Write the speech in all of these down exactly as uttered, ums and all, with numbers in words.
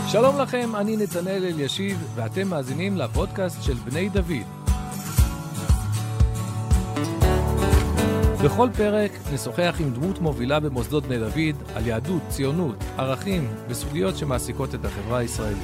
שלום לכם, אני נתנאל אלישיב, ואתם מאזינים לפודקאסט של בני דוד. בכל פרק נשוחח עם דמות מובילה במוסדות בני דוד על יהדות, ציונות, ערכים וסוגיות שמעסיקות את החברה הישראלית.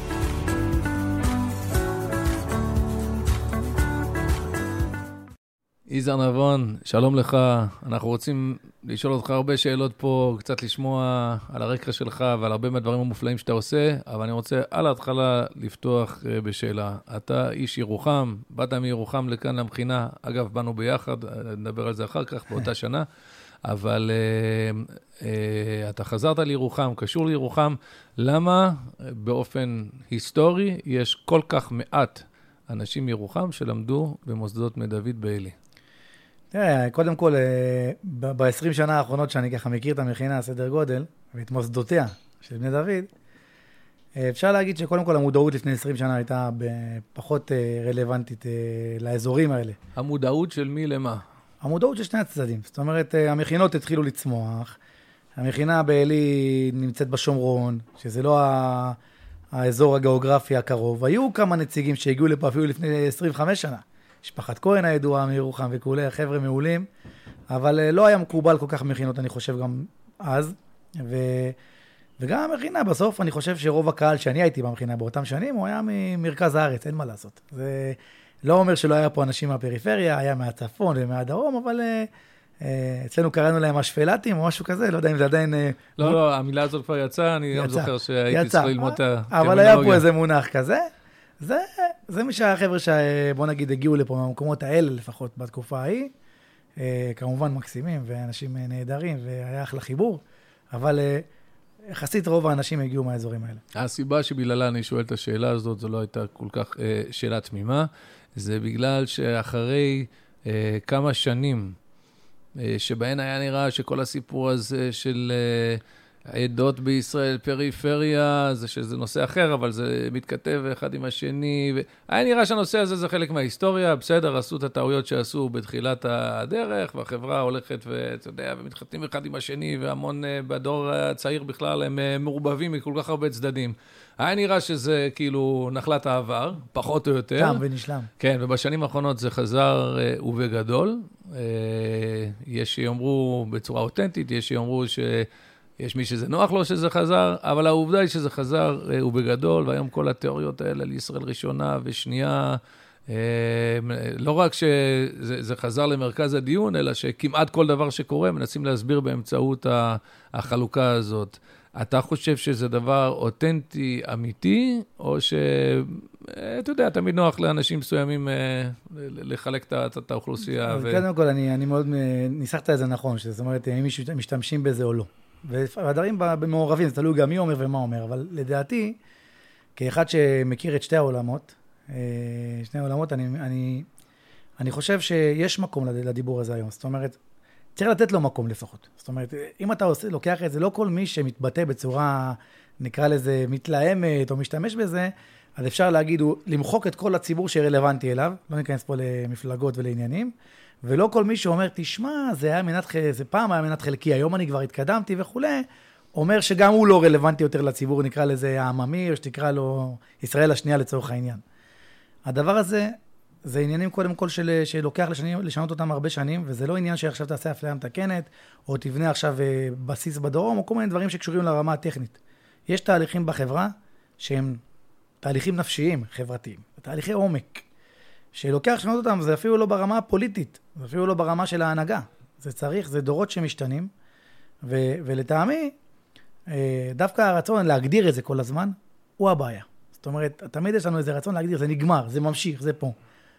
יזהר נבון, שלום לך. אנחנו רוצים לשאול אותך הרבה שאלות פה, קצת לשמוע על הרקע שלך ועל הרבה מהדברים המופלאים שאתה עושה, אבל אני רוצה על ההתחלה לפתוח בשאלה. אתה איש ירוחם, באת מירוחם לכאן למכינה, אגב, באנו ביחד, נדבר על זה אחר כך, באותה שנה, אבל אה, אה, אתה חזרת לירוחם, קשור לירוחם, למה באופן היסטורי יש כל כך מעט אנשים מירוחם שלמדו במוסדות בני דוד באלי? תראה, קודם כל, ב-עשרים שנה האחרונות שאני ככה מכיר את המכינה, סדר גודל, ואת מוסדותיה של בני דוד, אפשר להגיד שקודם כל המודעות לפני עשרים שנה הייתה פחות רלוונטית לאזורים האלה. המודעות של מי למה? המודעות של שני הצדדים. זאת אומרת, המכינות התחילו לצמוח, המכינה באלי נמצאת בשומרון, שזה לא האזור הגיאוגרפי הקרוב. היו כמה נציגים שהגיעו לפה אפילו לפני עשרים וחמש שנה. משפחת כהן הידועה מירוחם וכולי, חבר'ה מעולים, אבל לא היה מקובל כל כך מכינות, אני חושב, גם אז. ו... וגם המכינה, בסוף אני חושב שרוב הקהל שאני הייתי במכינה באותם שנים, הוא היה ממרכז הארץ, אין מה לעשות. זה לא אומר שלא היה פה אנשים מהפריפריה, היה מהצפון ומהדרום, אבל אצלנו קראנו להם השפלטים או משהו כזה, לא יודע אם זה עדיין... לא, לא, המילה הזאת כבר יצאה, אני גם זוכר שהייתי צריך ללמוד את הטרמינולוגיה. אבל היה פה איזה מונח כזה. זה, זה מי שהחבר'ה שבוא נגיד הגיעו לפה מהמקומות האלה לפחות בתקופה ההיא, אה, כמובן מקסימים ואנשים נהדרים והיה אחלה חיבור, אבל אה, יחסית רוב האנשים הגיעו מהאזורים האלה. הסיבה שבגללה אני שואל את השאלה הזאת, זו לא הייתה כל כך אה, שאלה תמימה, זה בגלל שאחרי אה, כמה שנים אה, שבהן היה נראה שכל הסיפור הזה של... אה, העדות בישראל, פריפריה, זה שזה נושא אחר, אבל זה מתכתב אחד עם השני. היה נראה שהנושא הזה זה חלק מההיסטוריה, בסדר, עשו את הטעויות שעשו בתחילת הדרך, והחברה הולכת ואתה יודע, ומתחתים אחד עם השני, והמון בדור הצעיר בכלל הם מעורבבים מכל כך הרבה צדדים. היה נראה שזה כאילו נחלת העבר, פחות או יותר. תם ונשלם. כן, ובשנים האחרונות זה חזר ובגדול. יש שיאמרו בצורה אותנטית, יש שיאמרו ש... יש מי שזה נוח לו שזה חזר, אבל העובדה היא שזה חזר אה, ובגדול, והיום כל התיאוריות האלה לישראל ראשונה ושנייה, אה, לא רק שזה חזר למרכז הדיון, אלא שכמעט כל דבר שקורה מנסים להסביר באמצעות החלוקה הזאת. אתה חושב שזה דבר אותנטי, אמיתי, או שאתה יודע, תמיד נוח לאנשים מסוימים אה, לחלק את, את האוכלוסייה? ו... קודם כל, אני, אני מאוד ניסחת את זה נכון, זאת אומרת, אם משתמשים בזה או לא. והדברים במעורבים, זה תלוי גם מי אומר ומה אומר, אבל לדעתי, כאחד שמכיר את שתי העולמות, שני העולמות, אני, אני, אני חושב שיש מקום לדיבור הזה היום. זאת אומרת, צריך לתת לו מקום לפחות. זאת אומרת, אם אתה עושה, לוקח את זה, לא כל מי שמתבטא בצורה, נקרא לזה, מתלהמת או משתמש בזה, אז אפשר להגיד, למחוק את כל הציבור שרלוונטי אליו, לא ניכנס פה למפלגות ולעניינים, ולא כל מי שאומר, תשמע, זה היה מנת, זה פעם היה מנת חלקי, היום אני כבר התקדמתי וכולי, אומר שגם הוא לא רלוונטי יותר לציבור, נקרא לזה העממי, או שתקרא לו ישראל השנייה לצורך העניין. הדבר הזה, זה עניינים קודם כל של, שלוקח לשנים, לשנות אותם הרבה שנים, וזה לא עניין שעכשיו תעשה אפליה מתקנת, או תבנה עכשיו בסיס בדרום, או כל מיני דברים שקשורים לרמה הטכנית. יש תהליכים בחברה שהם תהליכים נפשיים, חברתיים, תהליכי עומק. שלוקח לשנות אותם, זה אפילו לא ברמה הפוליטית, זה אפילו לא ברמה של ההנהגה. זה צריך, זה דורות שמשתנים, ו- ולטעמי, דווקא הרצון להגדיר את זה כל הזמן, הוא הבעיה. זאת אומרת, תמיד יש לנו איזה רצון להגדיר, זה נגמר, זה ממשיך, זה פה.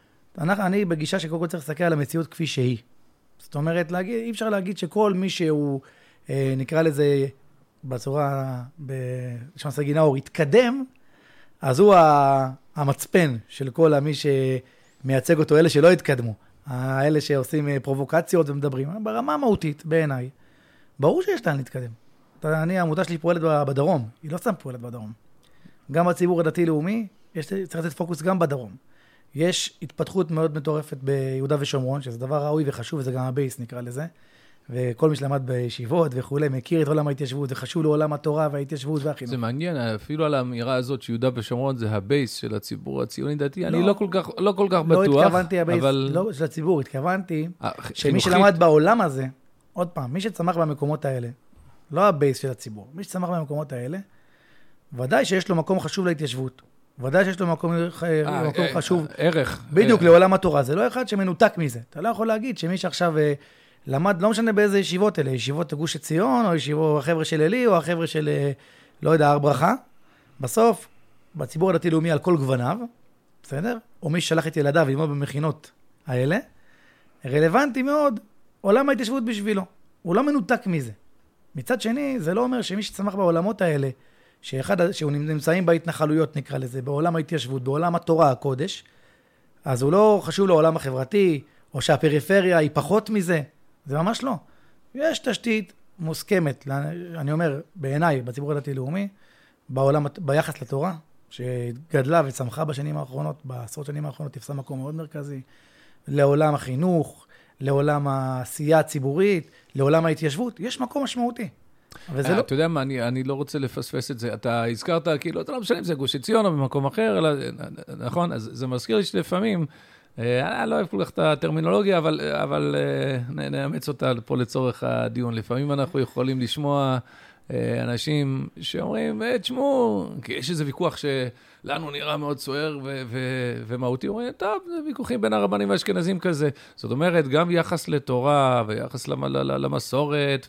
אני בגישה שקודם כל צריך להסתכל על המציאות כפי שהיא. זאת אומרת, להגיד, אי אפשר להגיד שכל מי שהוא, נקרא לזה, בצורה, בשם סגינאור, התקדם, אז הוא המצפן של כל מי שמייצג אותו, אלה שלא התקדמו, האלה שעושים פרובוקציות ומדברים, ברמה מהותית בעיניי, ברור שיש לאן להתקדם. אני, העמותה שלי פועלת בדרום, היא לא סתם פועלת בדרום. גם בציבור הדתי-לאומי, יש, צריך לתת פוקוס גם בדרום. יש התפתחות מאוד מטורפת ביהודה ושומרון, שזה דבר ראוי וחשוב, וזה גם הבייס נקרא לזה, וכל מי שלמד בישיבות וכולי, מכיר את עולם ההתיישבות, וחשוב לו עולם התורה וההתיישבות והחינוך. זה מעניין, אפילו על האמירה הזאת שיהודה ושומרון זה הבייס של הציבור הציוני דתי, אני לא כל כך, לא כל כך בטוח. לא התכוונתי הבייס, לא של הציבור, התכוונתי שמי שלמד בעולם הזה, עוד פעם, מי שצמח במקומות האלה, לא הבייס של הציבור, מי שצמח במקומות האלה, ודאי שיש לו מקום חשוב להתיישבות, ודאי שיש לו מקום, 아, מקום 아, חשוב. ערך. בדיוק, ערך. לעולם התורה. זה לא אחד שמנותק מזה. אתה לא יכול להגיד שמי שעכשיו למד, לא משנה באיזה ישיבות אלה, ישיבות גוש עציון, או ישיבות החבר'ה של אלי, או החבר'ה של, לא יודע, הר ברכה. בסוף, בציבור הדתי-לאומי על כל גווניו, בסדר? או מי ששלח את ילדיו ללמוד במכינות האלה, רלוונטי מאוד עולם ההתיישבות בשבילו. הוא לא מנותק מזה. מצד שני, זה לא אומר שמי שצמח בעולמות האלה, שאחד, שהוא נמצאים בהתנחלויות, נקרא לזה, בעולם ההתיישבות, בעולם התורה הקודש, אז הוא לא חשוב לעולם החברתי, או שהפריפריה היא פחות מזה. זה ממש לא. יש תשתית מוסכמת, אני אומר, בעיניי, בציבור הדתי-לאומי, בעולם, ביחס לתורה, שגדלה וצמחה בשנים האחרונות, בעשרות שנים האחרונות, תפסה מקום מאוד מרכזי, לעולם החינוך, לעולם העשייה הציבורית, לעולם ההתיישבות, יש מקום משמעותי. אתה יודע מה, אני לא רוצה לפספס את זה. אתה הזכרת, כאילו, אתה לא משנה אם זה גוש עציון או במקום אחר, נכון? אז זה מזכיר לי שלפעמים, אני לא אוהב כל כך את הטרמינולוגיה, אבל נאמץ אותה פה לצורך הדיון. לפעמים אנחנו יכולים לשמוע אנשים שאומרים, תשמעו, כי יש איזה ויכוח שלנו נראה מאוד סוער ומהותי, אומרים, טוב, זה ויכוחים בין הרבנים והאשכנזים כזה. זאת אומרת, גם יחס לתורה ויחס למסורת,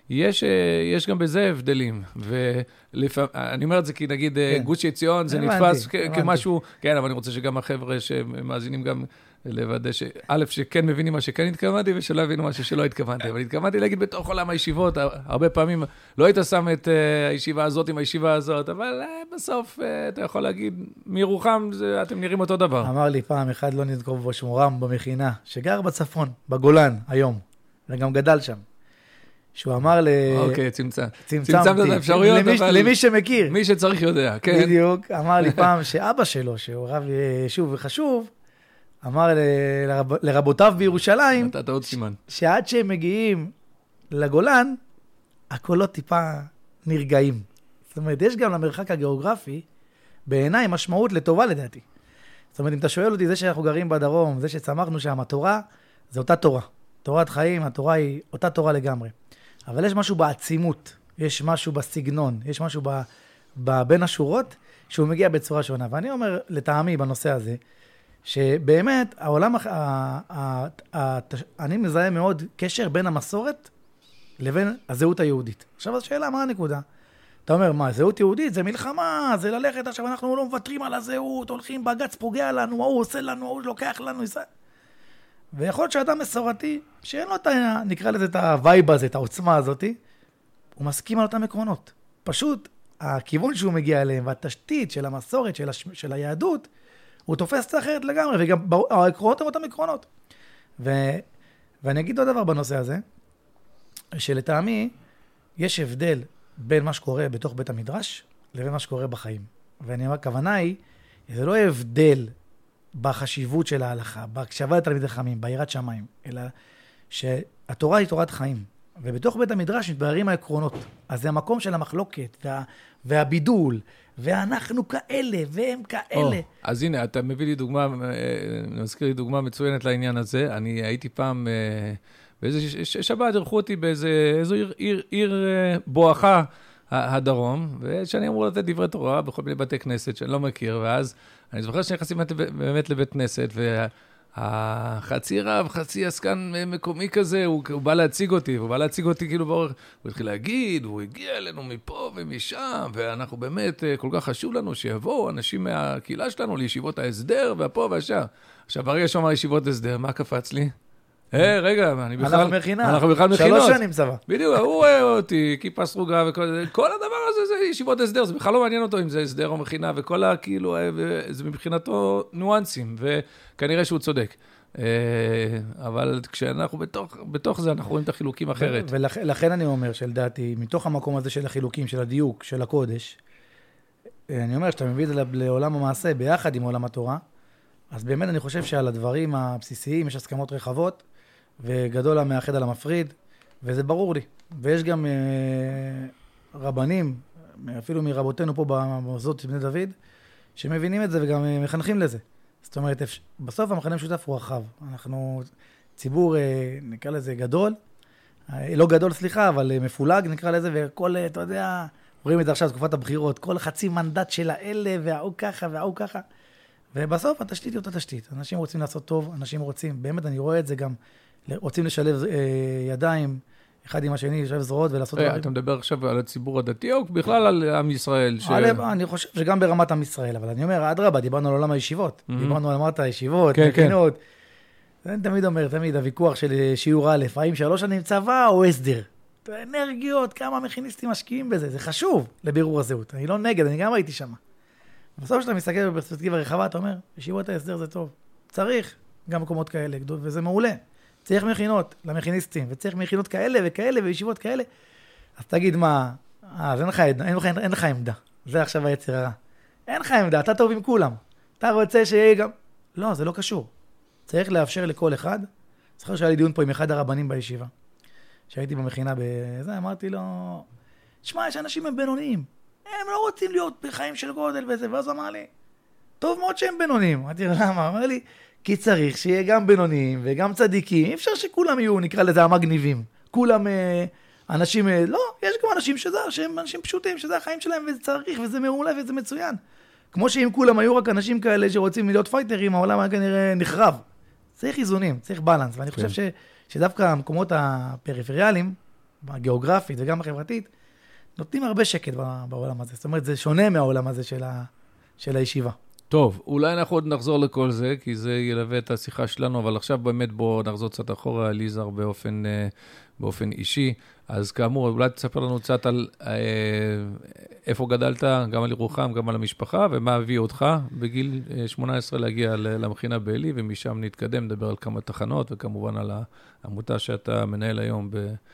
ויש גם בזה הבדלים. ואני אומר את זה כי נגיד גוש עציון, זה נתפס כמשהו, כן, אבל אני רוצה שגם החבר'ה שמאזינים גם לוודא שא' שכן מבינים מה שכן התכוונתי, ושלא הבינו משהו שלא התכוונתי. אבל התכוונתי להגיד בתוך עולם הישיבות, הרבה פעמים לא היית שם את הישיבה הזאת עם הישיבה הזאת, אבל בסוף אתה יכול להגיד, מירוחם אתם נראים אותו דבר. אמר לי פעם אחד, לא נזכור בו שמורם במכינה, שגר בצפון, בגולן, היום, וגם גדל שם. שהוא אמר ל... אוקיי, צמצם. צמצמת את האפשרויות, אבל... למי שמכיר. מי שצריך יודע, כן. בדיוק, אמר לי פעם שאבא שלו, שהוא רב ישוב וחשוב, אמר לרב, לרבותיו בירושלים, נתת עוד סימן. שעד שהם מגיעים לגולן, הקולות טיפה נרגעים. זאת אומרת, יש גם למרחק הגיאוגרפי, בעיניי משמעות לטובה לדעתי. זאת אומרת, אם אתה שואל אותי, זה שאנחנו גרים בדרום, זה שצמחנו שם, התורה, זה אותה תורה. תורת חיים, התורה היא אותה תורה לגמרי. אבל יש משהו בעצימות, יש משהו בסגנון, יש משהו ב, ב, בין השורות, שהוא מגיע בצורה שונה. ואני אומר, לטעמי בנושא הזה, שבאמת, העולם, ה, ה, ה, ה, אני מזהה מאוד קשר בין המסורת לבין הזהות היהודית. עכשיו, השאלה, מה הנקודה? אתה אומר, מה, זהות יהודית? זה מלחמה, זה ללכת, עכשיו אנחנו לא מוותרים על הזהות, הולכים, בגץ פוגע לנו, הוא עושה לנו, הוא לוקח לנו, זה... ויכול להיות שאדם מסורתי, שאין לו את ה... נקרא לזה את הווייב הזה, את העוצמה הזאת, הוא מסכים על אותם עקרונות. פשוט, הכיוון שהוא מגיע אליהם, והתשתית של המסורת, של, הש... של היהדות, הוא תופס את האחרת לגמרי, וגם העקרונות הם אותם עקרונות. ו... ואני אגיד עוד דבר בנושא הזה, שלטעמי, יש הבדל בין מה שקורה בתוך בית המדרש, לבין מה שקורה בחיים. ואני אומר, הכוונה היא, זה לא הבדל בחשיבות של ההלכה, בהקשבה לתלמידי חכמים, ביראת שמיים, אלא שהתורה היא תורת חיים, ובתוך בית המדרש מתבררים העקרונות. אז זה המקום של המחלוקת, וה, והבידול, ואנחנו כאלה, והם כאלה. Oh, אז הנה, אתה מביא לי דוגמה, מזכיר לי דוגמה מצוינת לעניין הזה. אני הייתי פעם, באיזה שבת, ערכו אותי באיזו עיר, עיר, עיר בואכה הדרום, ושאני אמור לתת דברי תורה בכל מיני בתי כנסת שאני לא מכיר, ואז אני זוכר שנכנסים באמת לבית כנסת, והחצי רב, חצי עסקן מקומי כזה, הוא, הוא בא להציג אותי, הוא בא להציג אותי כאילו באורך, הוא התחיל להגיד, הוא הגיע אלינו מפה ומשם, ואנחנו באמת, כל כך חשוב לנו שיבואו אנשים מהקהילה שלנו לישיבות ההסדר, והפה והשם. עכשיו, ברגע שאומר ישיבות הסדר, מה קפץ לי? היי, רגע, אני בכלל... אנחנו מכינה. אנחנו בכלל מכינות. שלוש שנים צבא. בדיוק, הוא רואה אותי, כיפה סרוגה וכל זה. כל הדבר הזה זה ישיבות הסדר, זה בכלל לא מעניין אותו אם זה הסדר או מכינה, וכל ה... כאילו, זה מבחינתו ניואנסים, וכנראה שהוא צודק. אבל כשאנחנו בתוך, בתוך זה, אנחנו רואים את החילוקים אחרת. ולכן אני אומר, שלדעתי, מתוך המקום הזה של החילוקים, של הדיוק, של הקודש, אני אומר, שאתה מביא את זה לעולם המעשה, ביחד עם עולם התורה, אז באמת אני חושב שעל הדברים הבסיסיים יש הסכמות רחבות, וגדול המאחד על המפריד, וזה ברור לי. ויש גם uh, רבנים, אפילו מרבותינו פה במוסדות בני דוד, שמבינים את זה וגם uh, מחנכים לזה. זאת אומרת, בסוף המחנה המשותף הוא רחב. אנחנו ציבור, uh, נקרא לזה גדול, uh, לא גדול, סליחה, אבל uh, מפולג, נקרא לזה, וכל, uh, אתה יודע, רואים את זה עכשיו, תקופת הבחירות, כל חצי מנדט של האלה, והאו ככה, והאו ככה. ובסוף התשתית היא אותה תשתית. אנשים רוצים לעשות טוב, אנשים רוצים, באמת אני רואה את זה גם, רוצים לשלב אה, ידיים, אחד עם השני, לשלב זרועות ולעשות דברים. אתה מדבר עכשיו על הציבור הדתי, או בכלל על עם ישראל? ש... אני חושב שגם ברמת עם ישראל, אבל אני אומר, אדרבה, דיברנו על עולם הישיבות, דיברנו על אמרת הישיבות, מכינות. אני תמיד אומר, תמיד, הוויכוח של שיעור א', האם שלוש שנים צבא או הסדר? אנרגיות, כמה מכיניסטים משקיעים בזה, זה חשוב לבירור הזהות. אני לא נגד, אני גם הייתי שם. בסוף שאתה מסתכל בפרספקטיבה רחבה, אתה אומר, ישיבות ההסדר זה טוב. צריך גם מקומות כאלה, וזה מעולה. צריך מכינות למכיניסטים, וצריך מכינות כאלה וכאלה, וישיבות כאלה. אז תגיד מה, אה, אז אין לך, אין, אין, אין לך עמדה. זה עכשיו היצר הרע. אין לך עמדה, אתה טוב עם כולם. אתה רוצה שיהיה גם... לא, זה לא קשור. צריך לאפשר לכל אחד. זוכר שהיה לי דיון פה עם אחד הרבנים בישיבה. שהייתי במכינה בזה, אמרתי לו, שמע, יש אנשים הם בינוניים. הם לא רוצים להיות בחיים של גודל וזה, ואז אמר לי, טוב מאוד שהם בינוניים. אמרתי לו, למה? אמר לי, כי צריך שיהיה גם בינוניים וגם צדיקים. אי אפשר שכולם יהיו, נקרא לזה, המגניבים. כולם אה, אנשים, אה, לא, יש גם אנשים שזה, שהם אנשים פשוטים, שזה החיים שלהם, וזה צריך, וזה מעולה, וזה מצוין. כמו שאם כולם היו רק אנשים כאלה שרוצים להיות פייטרים, העולם היה כנראה נחרב. צריך איזונים, צריך בלנס, ואני חושב ש, שדווקא המקומות הפריפריאליים, הגיאוגרפית וגם החברתית, נותנים הרבה שקט בעולם הזה. זאת אומרת, זה שונה מהעולם הזה של, ה, של הישיבה. טוב, אולי אנחנו עוד נחזור לכל זה, כי זה ילווה את השיחה שלנו, אבל עכשיו באמת בואו נחזור קצת אחורה, ליזהר, באופן, באופן אישי. אז כאמור, אולי תספר לנו קצת על אה, איפה גדלת, גם על ירוחם, גם על המשפחה, ומה הביא אותך בגיל שמונה עשרה להגיע למכינה בעלי, ומשם נתקדם, נדבר על כמה תחנות, וכמובן על העמותה שאתה מנהל היום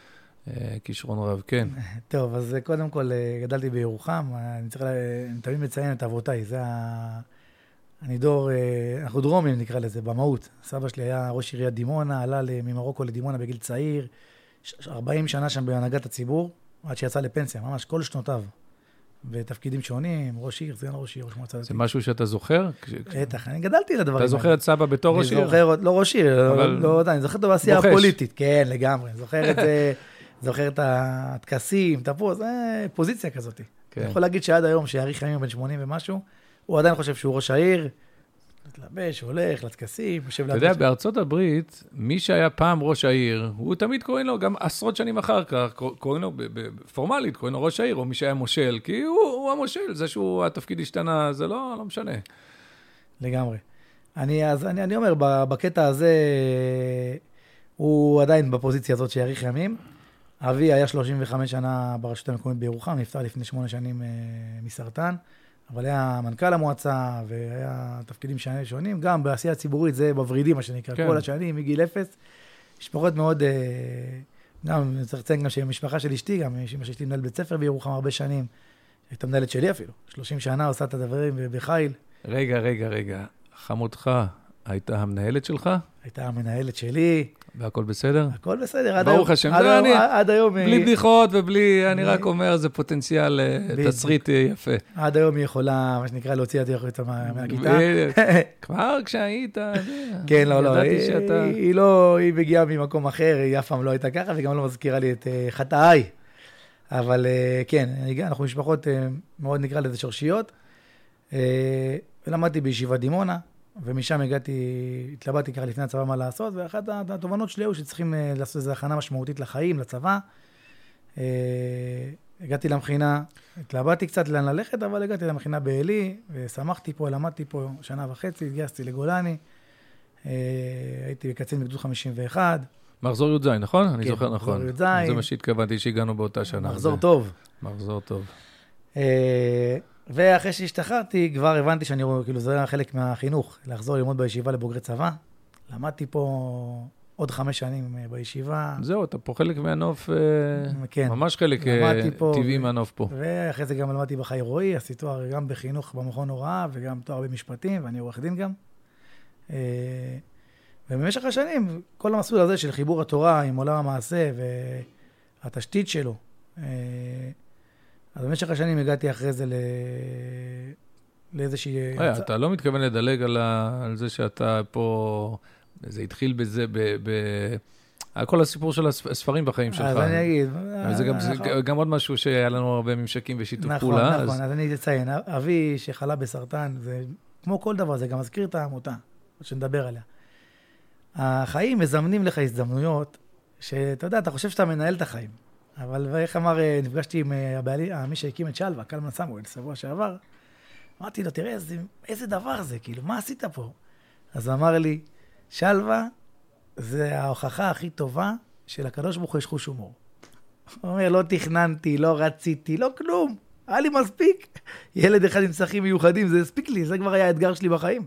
בכישרון רב. כן. טוב, אז קודם כל גדלתי בירוחם, אני צריך, אני תמיד מציין את אבותיי, זה ה... אני דור, אנחנו דרומים נקרא לזה, במהות. סבא שלי היה ראש עיריית דימונה, עלה ממרוקו לדימונה בגיל צעיר, ארבעים שנה שם בהנהגת הציבור, עד שיצא לפנסיה, ממש כל שנותיו. בתפקידים שונים, ראש עיר, סגן ראש עיר, ראש מועצה דתית. זה משהו שאתה זוכר? בטח, אני גדלתי לדברים. אתה זוכר את סבא בתור ראש עיר? אני זוכר, לא ראש עיר, לא יודע, אני זוכר את העשייה הפוליטית. כן, לגמרי. זוכר את זה, זוכר את הטקסים, את הפוז, זה פוזיציה כזאת. אני יכול להגיד שעד היום, שיאריך ימים בן שמונים ומשהו, הוא עדיין חושב שהוא ראש העיר, מתלבש, הולך, לטקסים, יושב אתה יודע, בארצות הברית, מי שהיה פעם ראש העיר, הוא תמיד קוראים לו, גם עשרות שנים אחר כך, קוראים לו, פורמלית, קוראים לו ראש העיר, או מי שהיה מושל, כי הוא, הוא המושל, זה שהוא, התפקיד השתנה, זה לא, לא משנה. לגמרי. אני, אז, אני, אני אומר, בקטע הזה, הוא עדיין בפוזיציה הזאת שיאריך ימים. אבי היה שלושים וחמש שנה ברשות המקומית בירוחם, נפטר לפני שמונה שנים אה, מסרטן. אבל היה מנכ"ל המועצה, והיה תפקידים שונים, גם בעשייה הציבורית, זה בוורידים, מה שנקרא, כן. כל השנים, מגיל אפס. משפחות מאוד, גם, צריך לציין גם שהמשפחה של אשתי, גם אמא שאשתי מנהלת בית ספר בירוחם הרבה שנים, הייתה מנהלת שלי אפילו, שלושים שנה עושה את הדברים בחיל. רגע, רגע, רגע, חמותך, הייתה המנהלת שלך? הייתה המנהלת שלי. והכל בסדר? הכל בסדר, עד ברוך השם, עד היום, עד היום, בלי בדיחות ובלי, אני רק אומר, זה פוטנציאל תסריט יפה. עד היום היא יכולה, מה שנקרא, להוציא אותה מהכיתה. כבר כשהיית, כן, לא, לא, היא לא, היא מגיעה ממקום אחר, היא אף פעם לא הייתה ככה, וגם לא מזכירה לי את חטאיי. אבל כן, אנחנו משפחות מאוד נקרא לזה שורשיות, ולמדתי בישיבת דימונה, ומשם הגעתי, התלבטתי ככה לפני הצבא מה לעשות, ואחת התובנות שלי הוא שצריכים לעשות איזו הכנה משמעותית לחיים, לצבא. הגעתי למכינה, התלבטתי קצת לאן ללכת, אבל הגעתי למכינה בעלי, ושמחתי פה, למדתי פה שנה וחצי, התגייסתי לגולני, הייתי בקצין בגדוד חמישים ואחת. מחזור י"ז, נכון? אני זוכר נכון. מחזור י"ז. זה מה שהתכוונתי שהגענו באותה שנה. מחזור טוב. מחזור טוב. ואחרי שהשתחררתי, כבר הבנתי שאני רואה, כאילו זה היה חלק מהחינוך, לחזור ללמוד בישיבה לבוגרי צבא. למדתי פה עוד חמש שנים בישיבה. זהו, אתה פה חלק מהנוף, כן. ממש חלק טבעי מהנוף פה. ואחרי זה גם למדתי בחי רועי, עשיתי תואר גם בחינוך במכון הוראה, וגם תואר במשפטים, ואני עורך דין גם. ובמשך השנים, כל המסלול הזה של חיבור התורה עם עולם המעשה והתשתית שלו, אז במשך השנים הגעתי אחרי זה ל... לאיזושהי... אתה לא מתכוון לדלג על זה שאתה פה, זה התחיל בזה, כל הסיפור של הספרים בחיים שלך. אז אני אגיד. זה גם עוד משהו שהיה לנו הרבה ממשקים ושיתוף פעולה. נכון, נכון, אז אני אציין. אבי שחלה בסרטן, זה כמו כל דבר, זה גם מזכיר את העמותה, שנדבר עליה. החיים מזמנים לך הזדמנויות, שאתה יודע, אתה חושב שאתה מנהל את החיים. אבל איך אמר, נפגשתי עם מי שהקים את שלווה, קלמן סמואל, שבוע שעבר, אמרתי לו, תראה, איזה, איזה דבר זה, כאילו, מה עשית פה? אז הוא אמר לי, שלווה, זה ההוכחה הכי טובה של הקדוש ברוך הוא יש חוש הומור. הוא אומר, לא תכננתי, לא רציתי, לא כלום. היה לי מספיק. ילד אחד עם צרכים מיוחדים, זה הספיק לי, זה כבר היה האתגר שלי בחיים.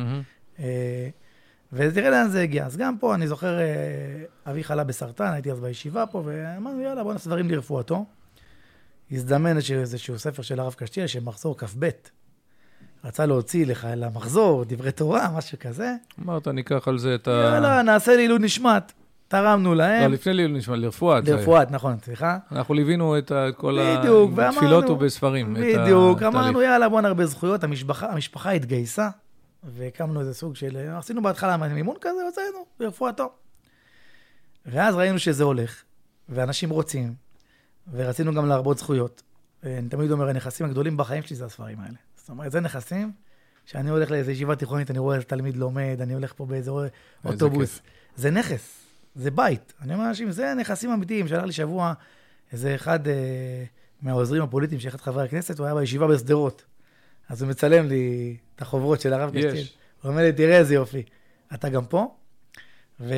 ותראה לאן זה הגיע. אז גם פה, אני זוכר, אבי חלה בסרטן, הייתי אז בישיבה פה, ואמרנו, יאללה, בוא נעשה דברים לרפואתו. הזדמן איזשהו ספר של הרב קשתיאל, שמחזור כ"ב. רצה להוציא לך למחזור, דברי תורה, משהו כזה. אמרת, ניקח על זה את ה... יאללה, נעשה לעילוי נשמת. תרמנו להם. לא, לפני לעילוי נשמת, לרפואת. לרפואת, נכון, סליחה. אנחנו ליווינו את כל התפילות ובספרים. בדיוק, אמרנו, יאללה, בוא נרבה זכויות. המשפחה התגייסה, והקמנו איזה סוג של... עשינו בהתחלה מימון כזה, הוצאנו, לרפואתו. ואז ראינו שזה הולך, ואנשים רוצים, ורצינו גם להרבות זכויות. אני תמיד אומר, הנכסים הגדולים בחיים שלי זה הספרים האלה. זאת אומרת, זה נכסים, שאני הולך לאיזו ישיבה תיכונית, אני רואה איזה תלמיד לומד, אני הולך פה באיזה אוטובוס. זה נכס, זה בית. אני אומר לאנשים, זה נכסים אמיתיים. שלח לי שבוע איזה אחד אה, מהעוזרים הפוליטיים, שאחד חברי הכנסת, הוא היה בישיבה בסדרות. אז הוא מצלם לי את החוברות של הרב קשתיאל. הוא אומר לי, תראה איזה יופי. אתה גם פה? ו...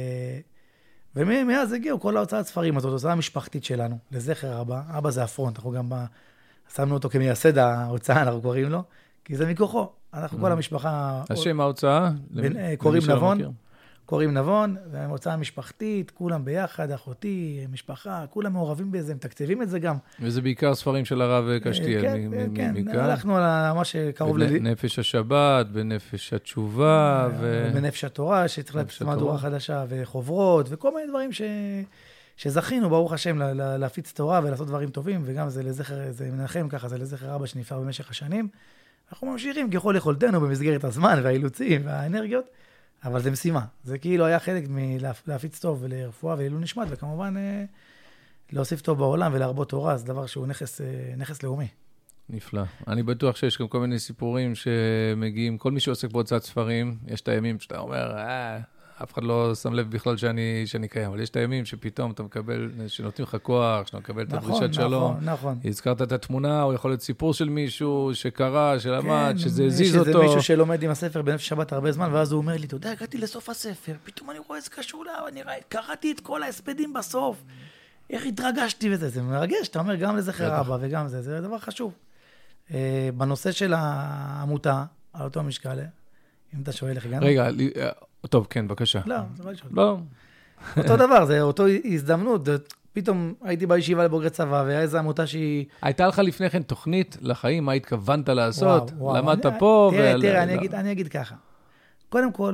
ומאז הגיעו כל ההוצאת ספרים, אז זאת הוצאה המשפחתית שלנו, לזכר אבא. אבא זה הפרונט, אנחנו גם בא... שמנו אותו כמייסד ההוצאה, אנחנו קוראים לו, כי זה מכוחו. אנחנו כל המשפחה... השם ההוצאה? קוראים נבון. קוראים נבון, זה הוצאה משפחתית, כולם ביחד, אחותי, משפחה, כולם מעורבים בזה, מתקצבים את זה גם. וזה בעיקר ספרים של הרב קשתיאל. כן, כן, הלכנו על מה שקרוב ל... בנפש השבת, בנפש התשובה, ו... בנפש התורה, שצריך להפיץ מהדורה חדשה, וחוברות, וכל מיני דברים ש... שזכינו, ברוך השם, להפיץ תורה ולעשות דברים טובים, וגם זה לזכר, זה מנחם ככה, זה לזכר אבא שנפטר במשך השנים. אנחנו ממשיכים ככל יכולתנו במסגרת הזמן והאילוצים והאנרגיות, אבל זה משימה. זה כאילו היה חלק מלהפיץ טוב ולרפואה ולעילוי נשמת, וכמובן להוסיף טוב בעולם ולהרבות תורה, זה דבר שהוא נכס, נכס לאומי. נפלא. אני בטוח שיש גם כל מיני סיפורים שמגיעים, כל מי שעוסק בהוצאת ספרים, יש את הימים שאתה אומר, אה, אף אחד לא שם לב בכלל שאני, שאני קיים, אבל יש את הימים שפתאום אתה מקבל, שנותנים לך כוח, שאתה מקבל את נכון, הדרישת שלום. נכון, נכון. הזכרת את התמונה, או יכול להיות סיפור של מישהו שקרא, שלמד, כן, שזה הזיז אותו. שזה מישהו שלומד עם הספר בנפש שבת הרבה זמן, ואז הוא אומר לי, אתה יודע, הגעתי לסוף הספר, פתאום אני רואה איזה קשור לה, אני ראיתי, קראתי את כל ההספדים בסוף. איך התרגשתי וזה, זה מרגש, אתה אומר, גם לזכר אבא וגם זה, זה דבר חשוב. בנושא של העמותה, על אותו המשקל, אם אתה שואל איך הגענו. רגע, טוב, כן, בבקשה. לא, זה לא לשאול. לא. אותו דבר, זה אותו הזדמנות, פתאום הייתי בישיבה לבוגרי צבא, והיה איזו עמותה שהיא... הייתה לך לפני כן תוכנית לחיים, מה התכוונת לעשות? למדת פה? תראה, תראה, אני אגיד ככה. קודם כל,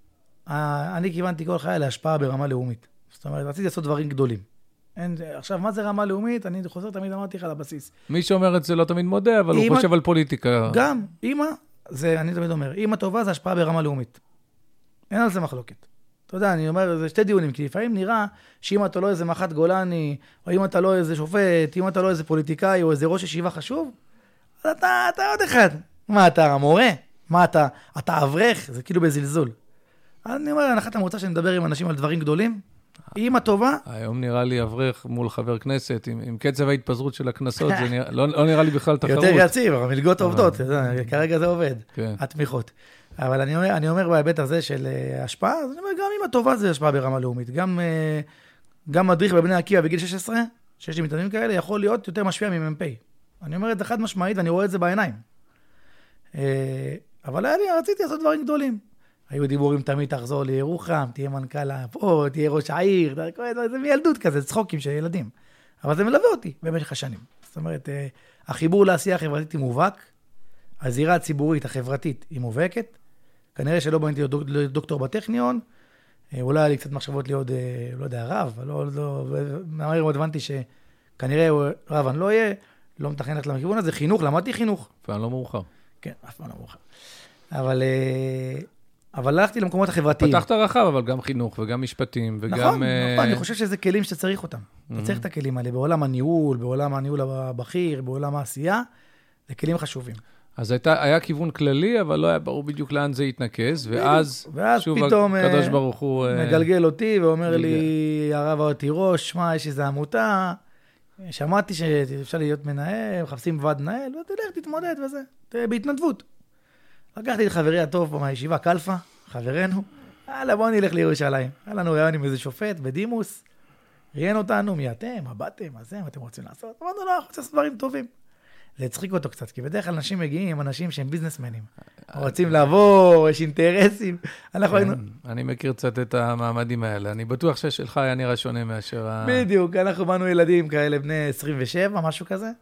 אני כיוונתי כל חיי להשפעה ברמה לאומית. זאת אומרת, רציתי לעשות דברים גדולים. עכשיו, מה זה רמה לאומית? אני חוזר תמיד אמרתי לך לבסיס. מי שאומר את זה לא תמיד מודה, אבל הוא חושב על פוליטיקה. גם, אמא, זה אני תמיד אומר, אמא טובה זה השפעה ברמה לאומית. אין על זה מחלוקת. אתה יודע, אני אומר, זה שתי דיונים, כי לפעמים נראה שאם אתה לא איזה מח"ט גולני, או אם אתה לא איזה שופט, אם אתה לא איזה פוליטיקאי, או איזה ראש ישיבה חשוב, אז אתה, אתה עוד אחד. מה, אתה המורה? מה, אתה, אתה אברך? זה כאילו בזלזול. אני אומר, הנחת המוצא שאני מדבר עם אנשים על דברים גדולים, אמא טובה. היום נראה לי אברך מול חבר כנסת, עם, עם קצב ההתפזרות של הכנסות, זה נראה, לא, לא נראה לי בכלל תחרות. יותר יציב, המלגות עובדות, כרגע זה עובד, כן. התמיכות. אבל אני אומר, אני אומר בהיבט הזה של השפעה, אז אני אומר, גם אמא טובה זה השפעה ברמה לאומית. גם, גם מדריך בבני עקיבא בגיל שש עשרה, שיש לי מתאמנים כאלה, יכול להיות יותר משפיע ממ"פ. אני אומר את זה חד משמעית, ואני רואה את זה בעיניים. אבל היה לי, רציתי לעשות דברים גדולים. היו דיבורים תמיד, תחזור לירוחם, תהיה מנכ"ל פה, תהיה ראש העיר, זה מילדות כזה, צחוקים של ילדים. אבל זה מלווה אותי במשך השנים. זאת אומרת, החיבור לעשייה החברתית היא מובהק, הזירה הציבורית, החברתית, היא מובהקת. כנראה שלא בניתי להיות דוקטור בטכניון, אולי היה לי קצת מחשבות להיות, לא יודע, רב, לא, לא, מהר מאוד הבנתי שכנראה רב אני לא אהיה, לא מתכנן ללכת לכיוון הזה, חינוך, למדתי חינוך. אף פעם לא מאוחר. כן, אף פעם לא מאוחר. אבל, אבל הלכתי למקומות החברתיים. פתחת רחב, אבל גם חינוך וגם משפטים וגם... נכון, נכון, אני חושב שזה כלים שאתה צריך אותם. אתה צריך את הכלים האלה, בעולם הניהול, בעולם הניהול הבכיר, בעולם העשייה, זה כלים חשובים. אז הייתה, היה כיוון כללי, אבל לא היה ברור בדיוק לאן זה יתנקז, ואז, ואז שוב פתאום הקדוש ברוך הוא... מגלגל אותי ואומר לי, הרב התירוש, שמע, יש איזו עמותה, שמעתי שאפשר להיות מנהל, מחפשים ועד מנהל, ותלך, תתמודד וזה, בהתנדבות. לקחתי את חברי הטוב פה מהישיבה, קלפה, חברנו, הלאה, בואו נלך לירושלים. היה לנו רעיון עם איזה שופט בדימוס, ראיין אותנו, מי אתם, מה באתם, מה זה, מה אתם רוצים לעשות? אמרנו, לא, אנחנו רוצים לעשות דברים טובים. זה הצחיק אותו קצת, כי בדרך כלל אנשים מגיעים, אנשים שהם ביזנסמנים. רוצים לעבור, יש אינטרסים. אנחנו היינו... אני מכיר קצת את המעמדים האלה. אני בטוח ששלך היה נראה שונה מאשר ה... בדיוק, אנחנו באנו ילדים כאלה, בני עשרים ושבע, משהו כזה.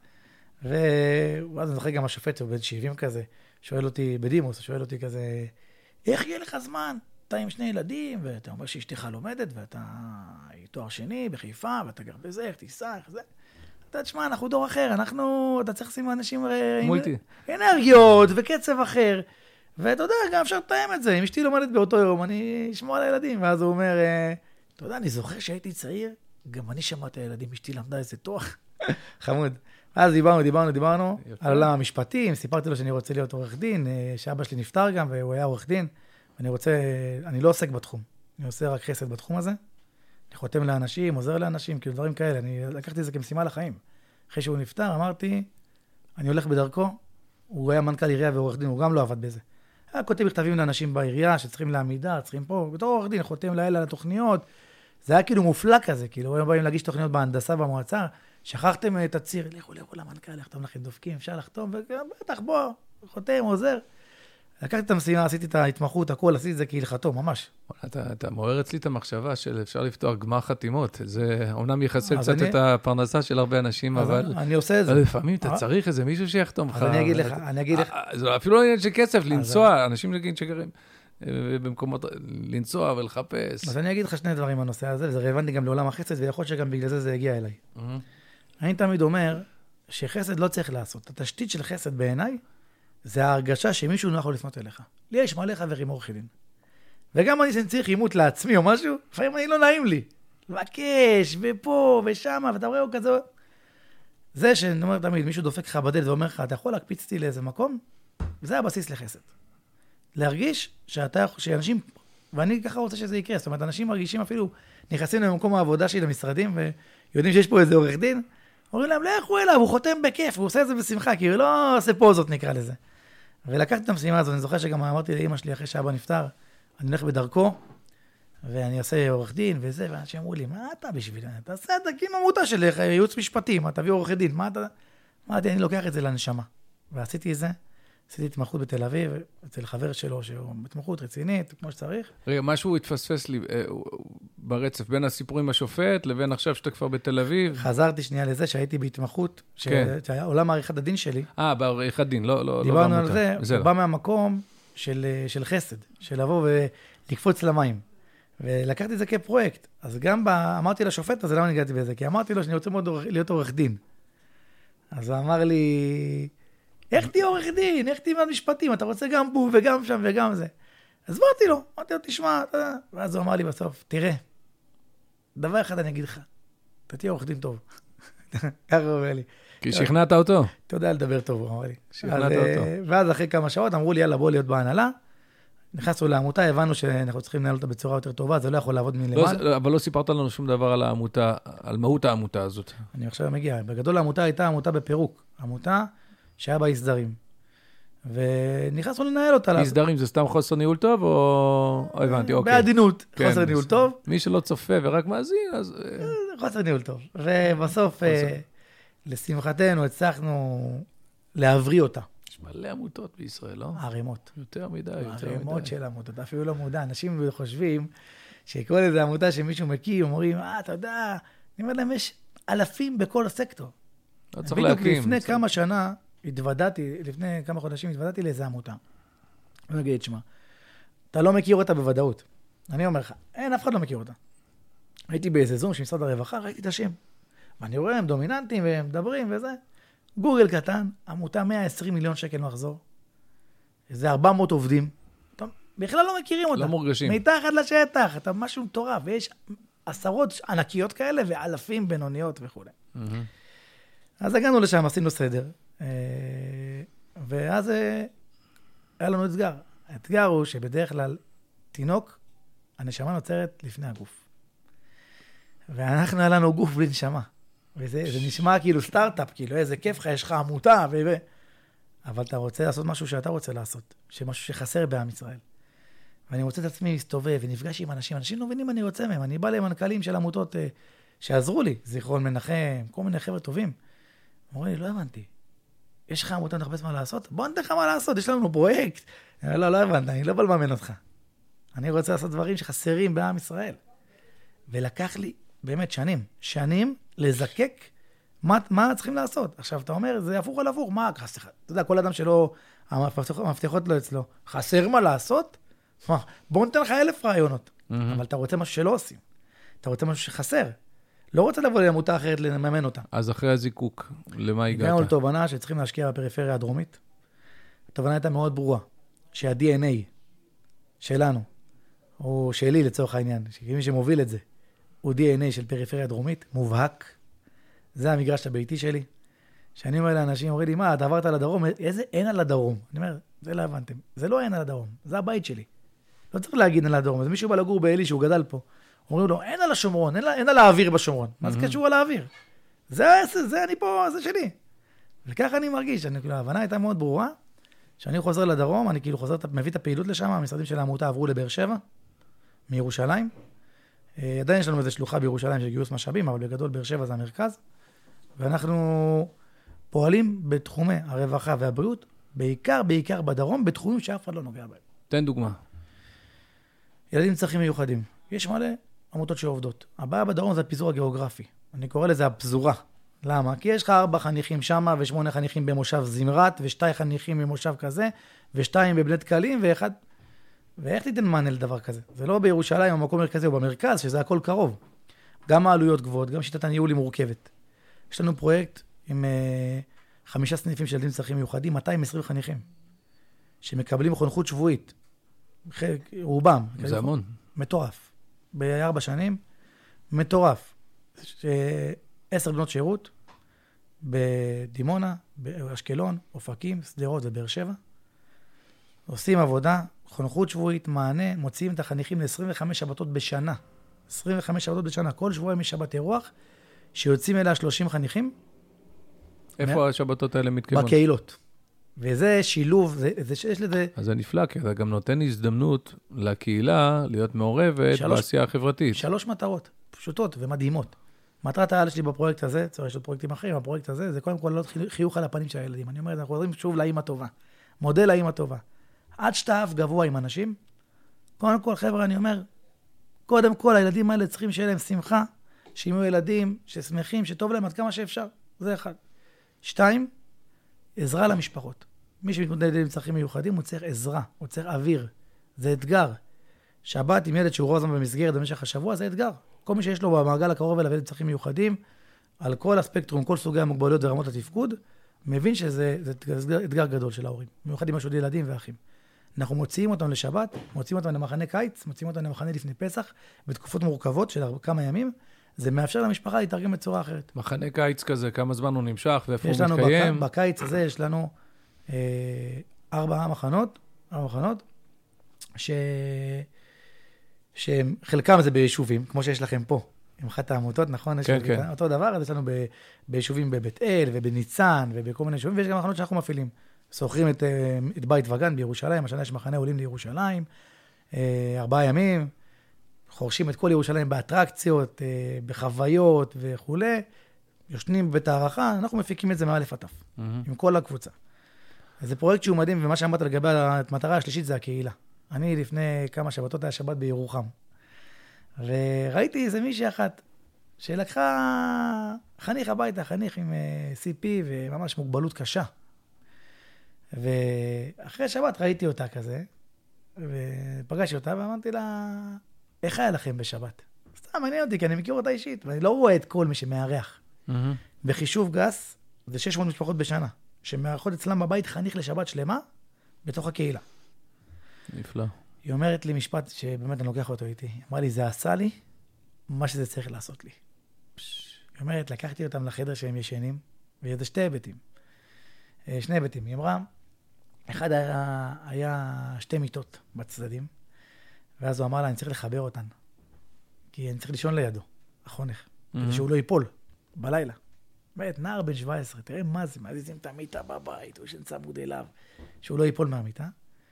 ואז אני זוכר גם השופט, הוא בן שבעים כזה, שואל אותי, בדימוס, שואל אותי כזה, איך יהיה לך זמן? אתה עם שני ילדים, ואתה אומר שאשתך לומדת, ואתה תואר שני בחיפה, ואתה גר בזה, איך תיסע, איך זה. אתה תשמע, אנחנו דור אחר, אנחנו, אתה צריך לשים לאנשים מולטי. אנרגיות וקצב אחר. ואתה יודע, גם אפשר לתאם את זה. אם אשתי לומדת באותו יום, אני אשמור על הילדים. ואז הוא אומר, אתה יודע, אני זוכר שהייתי צעיר, גם אני שמעת הילדים, אשתי למדה איזה תואר. חמוד. אז דיברנו, דיברנו, דיברנו על עולם המשפטים, סיפרתי לו שאני רוצה להיות עורך דין, שאבא שלי נפטר גם, והוא היה עורך דין. ואני רוצה, אני לא עוסק בתחום, אני עושה רק חסד בתחום הזה. אני חותם לאנשים, עוזר לאנשים, כאילו דברים כאלה. אני לקחתי את זה כמשימה לחיים. אחרי שהוא נפטר, אמרתי, אני הולך בדרכו. הוא היה מנכ"ל עירייה ועורך דין, הוא גם לא עבד בזה. היה כותב מכתבים לאנשים בעירייה, שצריכים לעמידה, צריכים פה, בתור עורך דין, חותם לאלה על התוכניות. זה היה כאילו מופלא כזה, כאילו, הם באים להגיש תוכניות בהנדסה במועצה, שכחתם את הציר, לכו, לכו למנכ"ל, לחתום לכם דופקים, אפשר לחתום, ובטח, בוא, חותם, עוזר. לקחתי את המשימה, עשיתי את ההתמחות, הכל, עשיתי את זה כהלכתו, ממש. אתה, אתה מעורר אצלי את המחשבה של אפשר לפתוח גמר חתימות. זה אומנם יחסל קצת אני... את הפרנסה של הרבה אנשים, אבל... אני עושה את זה. לפעמים אתה צריך איזה מישהו שיחתום לך. אז אני אגיד לך, אני אגיד לך... זה אפילו לא עניין של כסף, לנסוע, אנשים נגיד שגרים במקומות, לנסוע ולחפש. אז אני אגיד לך שני דברים בנושא הזה, וזה רלוונטי גם לעולם החסד, ויכול שגם בגלל זה זה הגיע אליי. אני תמיד אומר שחסד לא צריך לעשות. התשתית של חסד בעיניי, זה ההרגשה שמישהו לא יכול לפנות אליך. לי יש מלא חברים עורכי דין. וגם אני צריך עימות לעצמי או משהו, לפעמים אני לא נעים לי. לבקש, ופה, ושם, ואתה רואה הוא כזה... זה שאני אומר תמיד, מישהו דופק לך בדלת ואומר לך, אתה יכול להקפיץ אותי לאיזה מקום? זה הבסיס לחסד. להרגיש שאתה, שאנשים, ואני ככה רוצה שזה יקרה, זאת אומרת, אנשים מרגישים אפילו, נכנסים למקום העבודה שלי למשרדים, ויודעים שיש פה איזה עורך דין, אומרים להם, לכו אליו, הוא חותם בכיף, הוא עושה את זה בשמחה, כי הוא לא עושה פוזות, נקרא לזה. ולקחתי את המשימה הזאת, אני זוכר שגם אמרתי לאמא שלי אחרי שאבא נפטר, אני הולך בדרכו, ואני אעשה עורך דין וזה, ואנשים אמרו לי, מה אתה בשביל? אתה עושה, תקים עמותה של ייעוץ משפטי, מה תביא עורך דין, מה אתה... אמרתי, אני לוקח את זה לנשמה. ועשיתי את זה, עשיתי התמחות בתל אביב, אצל חבר שלו, שהוא התמחות רצינית, כמו שצריך. רגע, משהו התפספס לי ברצף, בין הסיפורים עם השופט, לבין עכשיו שאתה כבר בתל אביב. חזרתי שנייה לזה שהייתי בהתמחות, שהיה עולם עריכת הדין שלי. אה, בעריכת דין, לא בעמותה. דיברנו על זה, הוא בא מהמקום של חסד, של לבוא ולקפוץ למים. ולקחתי את זה כפרויקט. אז גם אמרתי לשופט, אז למה אני הגעתי בזה? כי אמרתי לו שאני רוצה מאוד להיות עורך דין. אז הוא אמר לי, איך תהיה עורך דין? איך תהיה משפטים? אתה רוצה גם פה וגם שם וגם זה. אז באתי לו, אמרתי לו, תשמע, ואז הוא אמר לי בסוף, תראה, דבר אחד אני אגיד לך, אתה תהיה עורך דין טוב. ככה הוא אומר לי. כי שכנעת אותו. אתה יודע לדבר טוב, הוא אמר לי. שכנעת אותו. ואז אחרי כמה שעות אמרו לי, יאללה, בוא להיות בהנהלה. נכנסנו לעמותה, הבנו שאנחנו צריכים לנהל אותה בצורה יותר טובה, זה לא יכול לעבוד מלמעלה. אבל לא סיפרת לנו שום דבר על העמותה, על מהות העמותה הזאת. אני עכשיו מגיע. בגדול העמותה הייתה עמותה בפירוק. עמותה שהיה בה הסדרים. ונכנסנו לנהל אותה. הסדרים זה סתם חוסר ניהול טוב, או... הבנתי, אוקיי. בעדינות, חוסר ניהול טוב. מי שלא צופה ורק מאזין, אז... חוסר ניהול טוב. ובסוף, לשמחתנו, הצלחנו להבריא אותה. יש מלא עמותות בישראל, לא? ערימות. יותר מדי, יותר מדי. ערימות של עמותות, אפילו לא מודע. אנשים חושבים שכל איזו עמותה שמישהו מכיר, אומרים, אה, אתה יודע, אני אומר להם, יש אלפים בכל הסקטור. לא צריך להקים. לפני כמה שנה, התוודעתי, לפני כמה חודשים, התוודעתי לאיזו עמותה. אני אגיד, שמה, אתה לא מכיר אותה בוודאות. אני אומר לך, אין, אף אחד לא מכיר אותה. הייתי באיזה זום של משרד הרווחה, ראיתי את השם. ואני רואה, הם דומיננטים והם מדברים וזה. גוגל קטן, עמותה מאה ועשרים מיליון שקל מחזור. איזה ארבע מאות עובדים. טוב, בכלל לא מכירים אותה. לא מורגשים. מתחת לשטח, אתה משהו מטורף. ויש עשרות ענקיות כאלה ואלפים בינוניות וכו'. Mm-hmm. אז הגענו לשם, עשינו סדר. ואז היה לנו אתגר. האתגר הוא שבדרך כלל תינוק, הנשמה נוצרת לפני הגוף. ואנחנו היה לנו גוף בלי נשמה. וזה זה נשמע כאילו סטארט-אפ, כאילו איזה כיף לך, יש לך עמותה, ו... ו... אבל אתה רוצה לעשות משהו שאתה רוצה לעשות, שמשהו שחסר בעם ישראל. ואני רוצה את עצמי להסתובב ונפגש עם אנשים, אנשים לא מבינים מה אני רוצה מהם, אני בא למנכ"לים של עמותות uh, שעזרו לי, זיכרון מנחם, כל מיני חבר'ה טובים. אמרו לי, לא הבנתי, יש לך עמותה נחפש מה לעשות? בוא נתן לך מה לעשות, יש לנו פרויקט. לא, לא הבנת, אני לא בא לממן אותך. אני רוצה לעשות דברים שחסרים בעם ישראל. ולקח לי באמת שנים, שנים לזקק מה, מה צריכים לעשות. עכשיו, אתה אומר, זה הפוך על הפוך, מה? אתה יודע, כל אדם שלא, המפתחות, המפתחות לא אצלו, חסר מה לעשות? בוא ניתן לך אלף רעיונות. Mm-hmm. אבל אתה רוצה משהו שלא עושים. אתה רוצה משהו שחסר. לא רוצה לבוא לעמותה אחרת לממן אותה. אז אחרי הזיקוק, למה הגעת? הגענו לתובנה שצריכים להשקיע בפריפריה הדרומית. התובנה הייתה מאוד ברורה, שה-די אן איי שלנו, או שלי לצורך העניין, שמי שמוביל את זה, הוא די אן איי של פריפריה דרומית, מובהק. זה המגרש הביתי שלי. שאני אומר לאנשים, אומרים לי, מה, אתה עברת על הדרום? איזה אין על הדרום? אני אומר, זה לא הבנתם. זה לא אין על הדרום, זה הבית שלי. לא צריך להגיד על הדרום. אז מישהו בא לגור באלי שהוא גדל פה. אומרים לו, אין על השומרון, אין, אין על האוויר בשומרון. מה זה קשור על האוויר? זה, זה, זה אני פה, זה שלי. וככה אני מרגיש. אני, כאילו, ההבנה הייתה מאוד ברורה, שאני חוזר לדרום, אני כאילו חוזר, מביא את הפעילות לשם, המשרדים של העמותה עברו לבאר שבע, מירושלים. עדיין יש לנו איזו שלוחה בירושלים של גיוס משאבים, אבל בגדול באר שבע זה המרכז. ואנחנו פועלים בתחומי הרווחה והבריאות, בעיקר, בעיקר בדרום, בתחומים שאף אחד לא נוגע בהם. תן דוגמה. ילדים צרכים מיוחדים. יש מלא עמותות שעובדות. הבעיה בדרום זה הפיזור הגיאוגרפי. אני קורא לזה הפזורה. למה? כי יש לך ארבע חניכים שמה, ושמונה חניכים במושב זמרת, ושתי חניכים במושב כזה, ושתיים בבני דקלים, ואחד... ואיך תיתן מענה לדבר כזה? זה לא בירושלים, המקום מרכזי, או במרכז, שזה הכל קרוב. גם העלויות גבוהות, גם שיטת הניהול היא מורכבת. יש לנו פרויקט עם uh, חמישה סניפים של ילדים צרכים מיוחדים, מאתיים ועשרים חניכים, שמקבלים חונכות שבועית. רובם. זה המון. מטורף. בארבע שנים, מטורף. עשר בנות שירות, בדימונה, באשקלון, אופקים, סדרות ובאר שבע. עושים עבודה, חונכות שבועית, מענה, מוציאים את החניכים ל-עשרים וחמש שבתות בשנה. עשרים וחמש שבתות בשנה, כל שבועיים יש שבת אירוח, שיוצאים אליה שלושים חניכים. איפה מה... השבתות האלה מתקיימות? בקהילות. וזה שילוב, זה, זה שיש לזה... אז זה נפלא, כי אתה גם נותן הזדמנות לקהילה להיות מעורבת שלוש, בעשייה החברתית. שלוש מטרות, פשוטות ומדהימות. מטרת העל שלי בפרויקט הזה, צריך להיות פרויקטים אחרים, הפרויקט הזה, זה קודם כל לא חיוך על הפנים של הילדים. אני אומר, אנחנו חוזרים שוב לאמא טובה. מודל לאמא טובה. עד שאתה אף גבוה עם אנשים, קודם כל, חבר'ה, אני אומר, קודם כל, הילדים האלה צריכים שיהיה להם שמחה, שיהיו ילדים ששמחים, שטוב להם עד כמה שאפשר. זה אחד. שתיים, עזרה למשפחות. מי שמתמודד עם צרכים מיוחדים, הוא צריך עזרה, הוא צריך אוויר. זה אתגר. שבת עם ילד שהוא רוזם במסגרת במשך השבוע, זה אתגר. כל מי שיש לו במעגל הקרוב אליו ילד עם צרכים מיוחדים, על כל הספקטרום, כל סוגי המוגבלויות ורמות התפקוד, מבין שזה זה אתגר גדול של ההורים. במיוחד עם יש עוד ילדים ואחים. אנחנו מוציאים אותם לשבת, מוציאים אותם למחנה קיץ, מוציאים אותם למחנה לפני פסח, בתקופות מורכבות של כמה ימים, זה מאפשר למשפחה להתארגן בצורה אחרת. מחנה קיץ כזה, כמה זמן הוא נמשך ואיפה הוא מתקיים? מתקיים? יש לנו בקיץ הזה, יש לנו אה, ארבעה מחנות, ארבע מחנות, ש... שחלקם זה ביישובים, כמו שיש לכם פה, עם אחת העמותות, נכון? כן, כן. אותו דבר, אז יש לנו ב... ביישובים בבית אל ובניצן ובכל מיני יישובים, ויש גם מחנות שאנחנו מפעילים. שוכרים את, את בית וגן בירושלים, השנה יש מחנה עולים לירושלים, ארבעה ימים, חורשים את כל ירושלים באטרקציות, בחוויות וכו'. יושנים בבית הערכה, אנחנו מפיקים את זה מאלף עד תף, mm-hmm. עם כל הקבוצה. זה פרויקט שהוא מדהים, ומה שאמרת לגבי המטרה השלישית זה הקהילה. אני לפני כמה שבתות היה שבת בירוחם, וראיתי איזה מישהי אחת, שלקחה חניך הביתה, חניך עם סי פי וממש מוגבלות קשה. ואחרי שבת ראיתי אותה כזה, ופגשתי אותה ואמרתי לה, איך היה לכם בשבת? סתם, מעניין אותי, כי אני מכיר אותה אישית, ואני לא רואה את כל מי שמארח. בחישוב גס, זה שש מאות משפחות בשנה, שמארחות אצלם בבית חניך לשבת שלמה, בתוך הקהילה. נפלא. היא אומרת לי משפט שבאמת אני לוקח אותו איתי. היא אמרה לי, זה עשה לי מה שזה צריך לעשות לי. היא אומרת, לקחתי אותם לחדר שהם ישנים, וזה שתי היבטים. שני היבטים. היא אמרה, אחד היה, היה שתי מיטות בצדדים, ואז הוא אמר לה, אני צריך לחבר אותן, כי אני צריך לישון לידו, החונך, mm-hmm. כדי שהוא לא ייפול בלילה. באמת, נער בן שבע עשרה, תראה מה זה, מה זה את המיטה בבית, הוא שנצא מוד אליו, שהוא לא ייפול מהמיטה.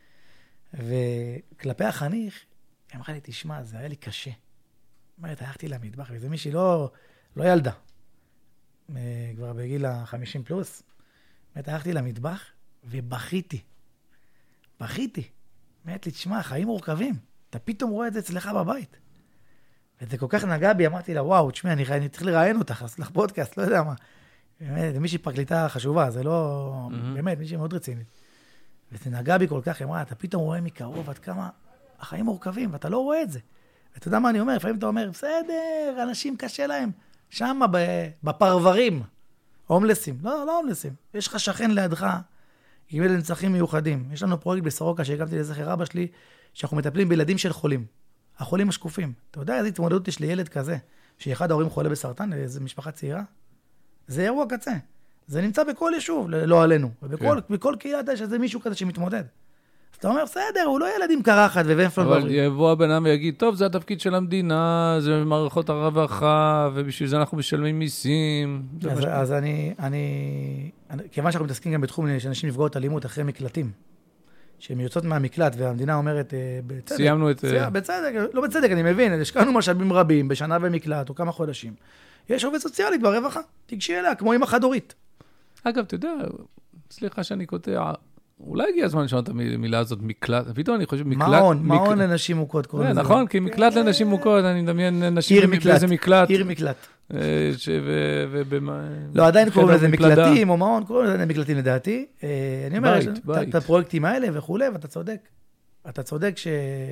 וכלפי החניך, היא אמרה לי, תשמע, זה היה לי קשה. אומרת, הלכתי למטבח, וזה מישהי לא, לא ילדה, כבר בגיל ה-חמישים פלוס. אומרת, הלכתי למטבח, ובכיתי. בכיתי. אומרת לי, תשמע, חיים מורכבים. אתה פתאום רואה את זה אצלך בבית. וזה כל כך נגע בי, אמרתי לה, וואו, תשמע, אני, אני צריך לראיין אותך, אז לך פודקאסט, לא יודע מה. באמת, זה מישהי פרקליטה חשובה, זה לא... Mm-hmm. באמת, מישהי מאוד רצינית. וזה נגע בי כל כך, אמרה, אתה פתאום רואה מקרוב עד כמה החיים מורכבים, ואתה לא רואה את זה. ואתה יודע מה אני אומר? לפעמים אתה אומר, בסדר, אנשים קשה להם. שם, בפרברים, הומלסים. לא, לא הומלסים. יש לך שכן לידך, קיבל לנצחים מיוחדים. יש לנו פרויקט בסורוקה שהקמתי לזכר אבא שלי, שאנחנו מטפלים בילדים של חולים. החולים השקופים. אתה יודע איזה התמודדות יש לילד כזה, שאחד ההורים חולה בסרטן, איזו משפחה צעירה? זה אירוע קצה. זה נמצא בכל יישוב, לא עלינו. ובכל כן. בכל קהילה יש איזה מישהו כזה שמתמודד. אז אתה אומר, בסדר, הוא לא ילד עם קרחת ובנפלון בריא. אבל יבוא הבן אדם ויגיד, טוב, זה התפקיד של המדינה, זה מערכות הרווחה, ובשביל זה אנחנו משלמים מיסים. אז, אז אני, אני, אני, כיוון שאנחנו מתעסקים גם בתחום שאנשים נפגעות אלימות אחרי מקלטים, שהן יוצאות מהמקלט, והמדינה אומרת, בצדק. סיימנו את... סיימ, בצדק, לא בצדק, אני מבין, השקענו משאבים רבים, בשנה במקלט, או כמה חודשים. יש עובד סוציאלית ברווחה, תגשי אליה, כמו אמא חד-הורית. אגב, אתה יודע, סליחה שאני קוטע, אולי הגיע הזמן לשנות את המילה הזאת, מקלט, פתאום אני חושב, מקלט... מעון, מעון לנשים מוכות. נכון, כי מקלט לנשים מוכות, אני מדמיין נשים באיזה מקלט. עיר מקלט. ובמה... לא, עדיין קוראים לזה מקלטים או מעון, קוראים לזה מקלטים לדעתי. אני אומר, את הפרויקטים האלה וכו', ואתה צודק. אתה צודק ש...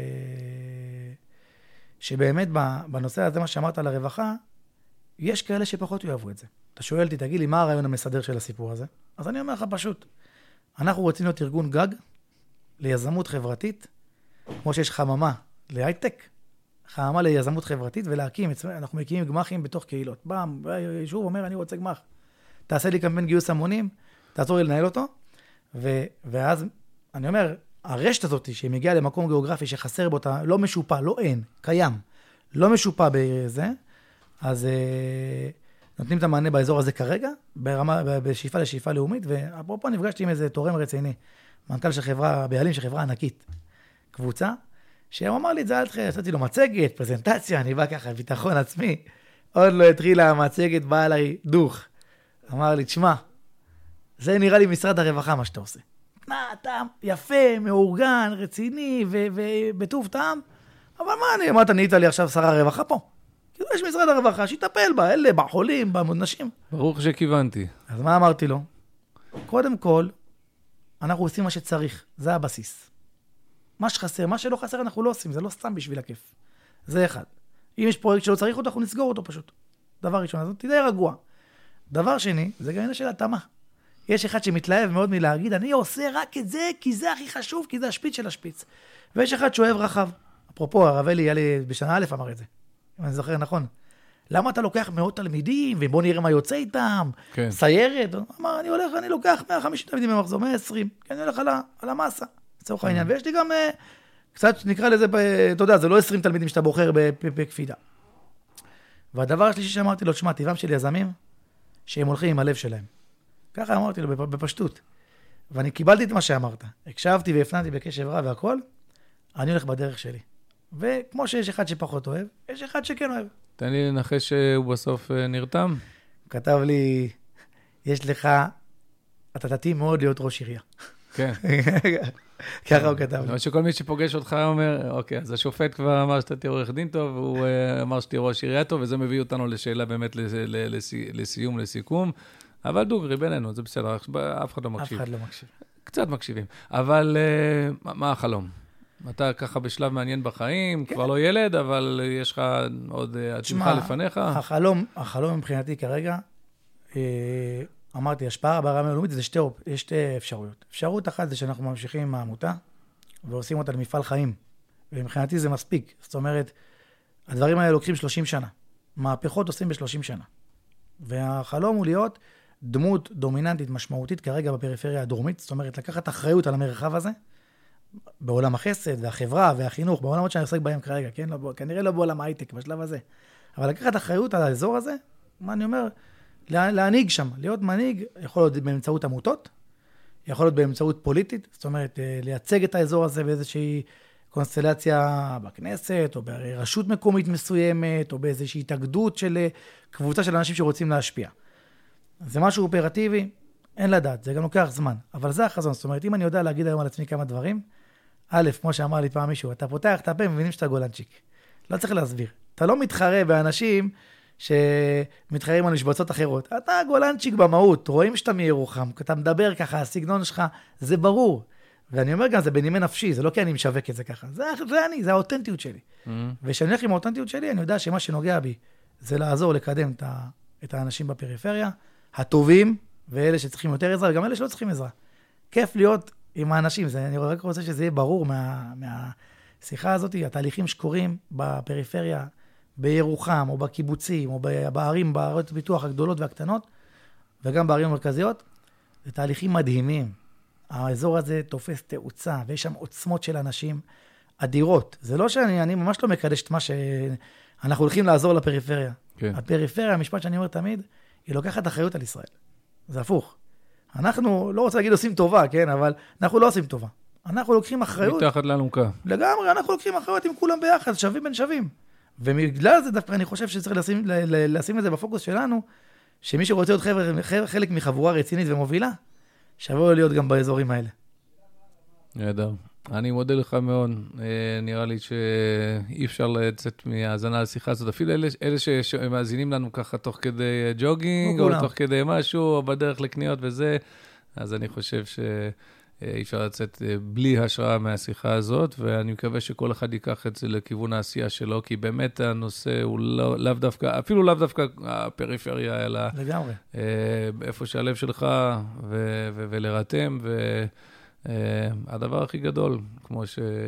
שבאמת בנושא הזה, מה שאמרת על הרווחה, יש כאלה שפחות יאהבו את זה. אתה שואל אותי, תגיד לי, מה הרעיון המסדר של הסיפור הזה? אז אני אומר לך פשוט, אנחנו רוצים להיות ארגון גג ליזמות חברתית, כמו שיש חממה להייטק, חממה ליזמות חברתית, ולהקים, אנחנו מקימים גמחים בתוך קהילות. בא, יישוב אומר, אני רוצה גמח. תעשה לי קמפיין גיוס המונים, תעזור לי לנהל אותו, ו, ואז אני אומר, הרשת הזאת שהיא מגיעה למקום גיאוגרפי שחסר בו אותה, לא משופע, לא אין, קיים, לא משופע בזה, אז נותנים את המענה באזור הזה כרגע, ברמה, בשאיפה לשאיפה לאומית, ואפרופו נפגשתי עם איזה תורם רציני, מנכ"ל של חברה, בעלים של חברה ענקית, קבוצה, שהוא אמר לי את זה, עשיתי לו מצגת, פרזנטציה, אני בא ככה, ביטחון עצמי, עוד לא התחילה המצגת, באה עליי דוך, אמר לי, תשמע, זה נראה לי משרד הרווחה מה שאתה עושה. מה, אתה יפה, מאורגן, רציני, ובטוב טעם, אבל מה אני, מה אתה נהיית לי עכשיו שר הרווחה פה? כאילו יש משרד הרווחה שיטפל בה, אלה, בחולים, במודנשים. ברוך שכיוונתי. אז מה אמרתי לו? קודם כל, אנחנו עושים מה שצריך, זה הבסיס. מה שחסר, מה שלא חסר אנחנו לא עושים, זה לא סתם בשביל הכיף. זה אחד. אם יש פרויקט שלא צריך אותו, אנחנו נסגור אותו פשוט. דבר ראשון, אז תדעי רגוע. דבר שני, זה גם עניין של התאמה. יש אחד שמתלהב מאוד מלהגיד, אני עושה רק את זה, כי זה הכי חשוב, כי זה השפיץ של השפיץ. ויש אחד שאוהב רחב. אפרופו, הרב אלי, לי בשנה א' אמר את זה. אם אני זוכר נכון. למה אתה לוקח מאות תלמידים, ובוא נראה מה יוצא איתם, כן. סיירת? אמר, אני הולך, אני לוקח מאה וחמישים תלמידים במחזור, מאה ועשרים, כי אני הולך על, על המסה, לצורך כן. העניין. ויש לי גם, קצת נקרא לזה, אתה יודע, זה לא עשרים תלמידים שאתה בוחר בקפידה. והדבר השלישי שאמרתי לו, תשמע, טבעם של יזמים, שהם הולכים עם הלב שלהם. ככה אמרתי לו, בפשטות. ואני קיבלתי את מה שאמרת. הקשבתי והפננתי בקשב רב והכל, אני הולך בדרך שלי. וכמו שיש אחד שפחות אוהב, יש אחד שכן אוהב. תן לי לנחש שהוא בסוף נרתם. הוא כתב לי, יש לך, אתה תתאים מאוד להיות ראש עירייה. כן. ככה הוא כתב לי. שכל מי שפוגש אותך אומר, אוקיי, אז השופט כבר אמר שאתה תהיה עורך דין טוב, והוא אמר שתהיה ראש עירייה טוב, וזה מביא אותנו לשאלה באמת לסיום, לסיכום. אבל דוגרי בינינו, זה בסדר, אף אחד לא מקשיב. אף אחד לא מקשיב. קצת מקשיבים. אבל מה החלום? אתה ככה בשלב מעניין בחיים, כבר לא ילד, אבל יש לך עוד עתידך לפניך. החלום, החלום מבחינתי כרגע, אמרתי, השפעה ברמה הלאומית, זה שתי, יש שתי אפשרויות. אפשרות אחת זה שאנחנו ממשיכים עם העמותה, ועושים אותה למפעל חיים. ומבחינתי זה מספיק. זאת אומרת, הדברים האלה לוקחים שלושים שנה. מהפכות עושים ב-שלושים שנה. והחלום הוא להיות דמות דומיננטית משמעותית כרגע בפריפריה הדרומית, זאת אומרת, לקחת אחריות על המרחב הזה, בעולם החסד והחברה והחינוך, בעולמות שאני עוסק בהם כרגע, כן? לא, כנראה לא בעולם ההייטק בשלב הזה. אבל לקחת אחריות על האזור הזה, מה אני אומר? לה, להנהיג שם, להיות מנהיג, יכול להיות באמצעות עמותות, יכול להיות באמצעות פוליטית, זאת אומרת, לייצג את האזור הזה באיזושהי קונסטלציה בכנסת, או ברשות מקומית מסוימת, או באיזושהי התאגדות של קבוצה של אנשים שרוצים להשפיע. זה משהו אופרטיבי, אין לדעת, זה גם לוקח זמן, אבל זה החזון. זאת אומרת, אם אני יודע להגיד היום על עצמי כמה דברים, א', כמו שאמר לי פעם מישהו, אתה פותח את הפה, מבינים שאתה גולנצ'יק. לא צריך להסביר. אתה לא מתחרה באנשים שמתחרים על משבצות אחרות. אתה גולנצ'יק במהות, רואים שאתה מירוחם, אתה מדבר ככה, הסגנון שלך, זה ברור. ואני אומר גם, זה בנימי נפשי, זה לא כי אני משווק את זה ככה. זה, זה אני, זה האותנטיות שלי. Mm-hmm. ושאני הולך עם האותנטיות שלי, אני יודע שמה שנוגע בי, זה לעזור לקדם את, ה, את האנשים בפריפריה, הטובים, ואלה שצריכים יותר עזרה, וגם אלה שלא צריכים עזרה. כיף להיות עם האנשים. זה, אני רק רוצה שזה יהיה ברור מה, מהשיחה הזאת, התהליכים שקורים בפריפריה, בירוחם, או בקיבוצים, או בערים, בערות הפיתוח הגדולות והקטנות, וגם בערים המרכזיות, זה תהליכים מדהימים. האזור הזה תופס תאוצה, ויש שם עוצמות של אנשים אדירות. זה לא שאני, אני ממש לא מקדש את מה שאנחנו הולכים לעזור לפריפריה. כן. הפריפריה, המשפט שאני אומר תמיד, היא לוקחת אחריות על ישראל. זה הפוך. אנחנו, לא רוצה להגיד עושים טובה, כן? אבל אנחנו לא עושים טובה. אנחנו לוקחים אחריות. מתחת לאלונקה. לגמרי, אנחנו לוקחים אחריות עם כולם ביחד, שווים בין שווים. ובגלל זה דווקא אני חושב שצריך לשים, לשים את זה בפוקוס שלנו, שמי שרוצה להיות חבר, חלק מחבורה רצינית ומובילה, שווה להיות גם באזורים האלה. נהדר. אני מודה לך מאוד. נראה לי שאי אפשר לצאת מהאזנה לשיחה הזאת. אפילו אלה, אלה שמאזינים לנו ככה תוך כדי ג'וגינג, או תוך כדי משהו, או בדרך לקניות וזה, אז אני חושב שאי אפשר לצאת בלי השראה מהשיחה הזאת, ואני מקווה שכל אחד ייקח את זה לכיוון העשייה שלו, כי באמת הנושא הוא לא, לאו דווקא, אפילו לאו דווקא הפריפריה, אלא לגמרי. איפה שהלב שלך, ו- ו- ולרתם, ו... Uh, הדבר הכי גדול, כמו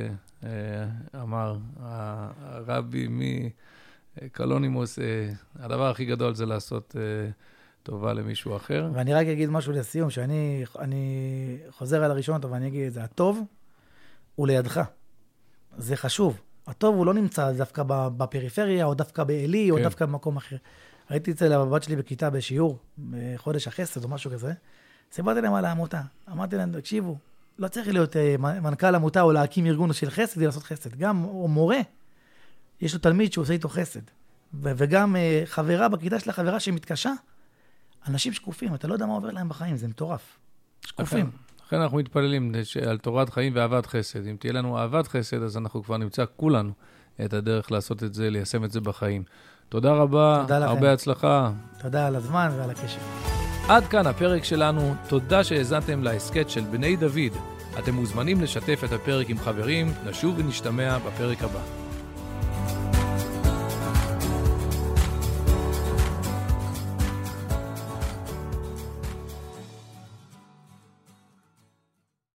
שאמר uh, הרבי מקלונימוס, uh, הדבר הכי גדול זה לעשות uh, טובה למישהו אחר. ואני רק אגיד משהו לסיום, שאני אני חוזר על הראשון, אבל אני אגיד את זה, הטוב הוא לידך. זה חשוב. הטוב הוא לא נמצא דווקא בפריפריה, או דווקא באלי, כן. או דווקא במקום אחר. ראיתי אצל הבת שלי בכיתה בשיעור, בחודש החסד או משהו כזה, סיפרתי להם על העמותה. אמרתי להם, תקשיבו, לא צריך להיות uh, מנכ"ל עמותה או להקים ארגון של חסד ולעשות חסד. גם או מורה, יש לו תלמיד שעושה איתו חסד. ו- וגם uh, חברה בכיתה של החברה שמתקשה, אנשים שקופים, אתה לא יודע מה עובר להם בחיים, זה מטורף. שקופים. לכן אנחנו מתפללים על תורת חיים ואהבת חסד. אם תהיה לנו אהבת חסד, אז אנחנו כבר נמצא כולנו את הדרך לעשות את זה, ליישם את זה בחיים. תודה רבה, תודה הרבה הצלחה. תודה על הזמן ועל הקשב. עד כאן הפרק שלנו, תודה שהאזנתם להסקט של בני דוד. אתם מוזמנים לשתף את הפרק עם חברים, נשוב ונשתמע בפרק הבא.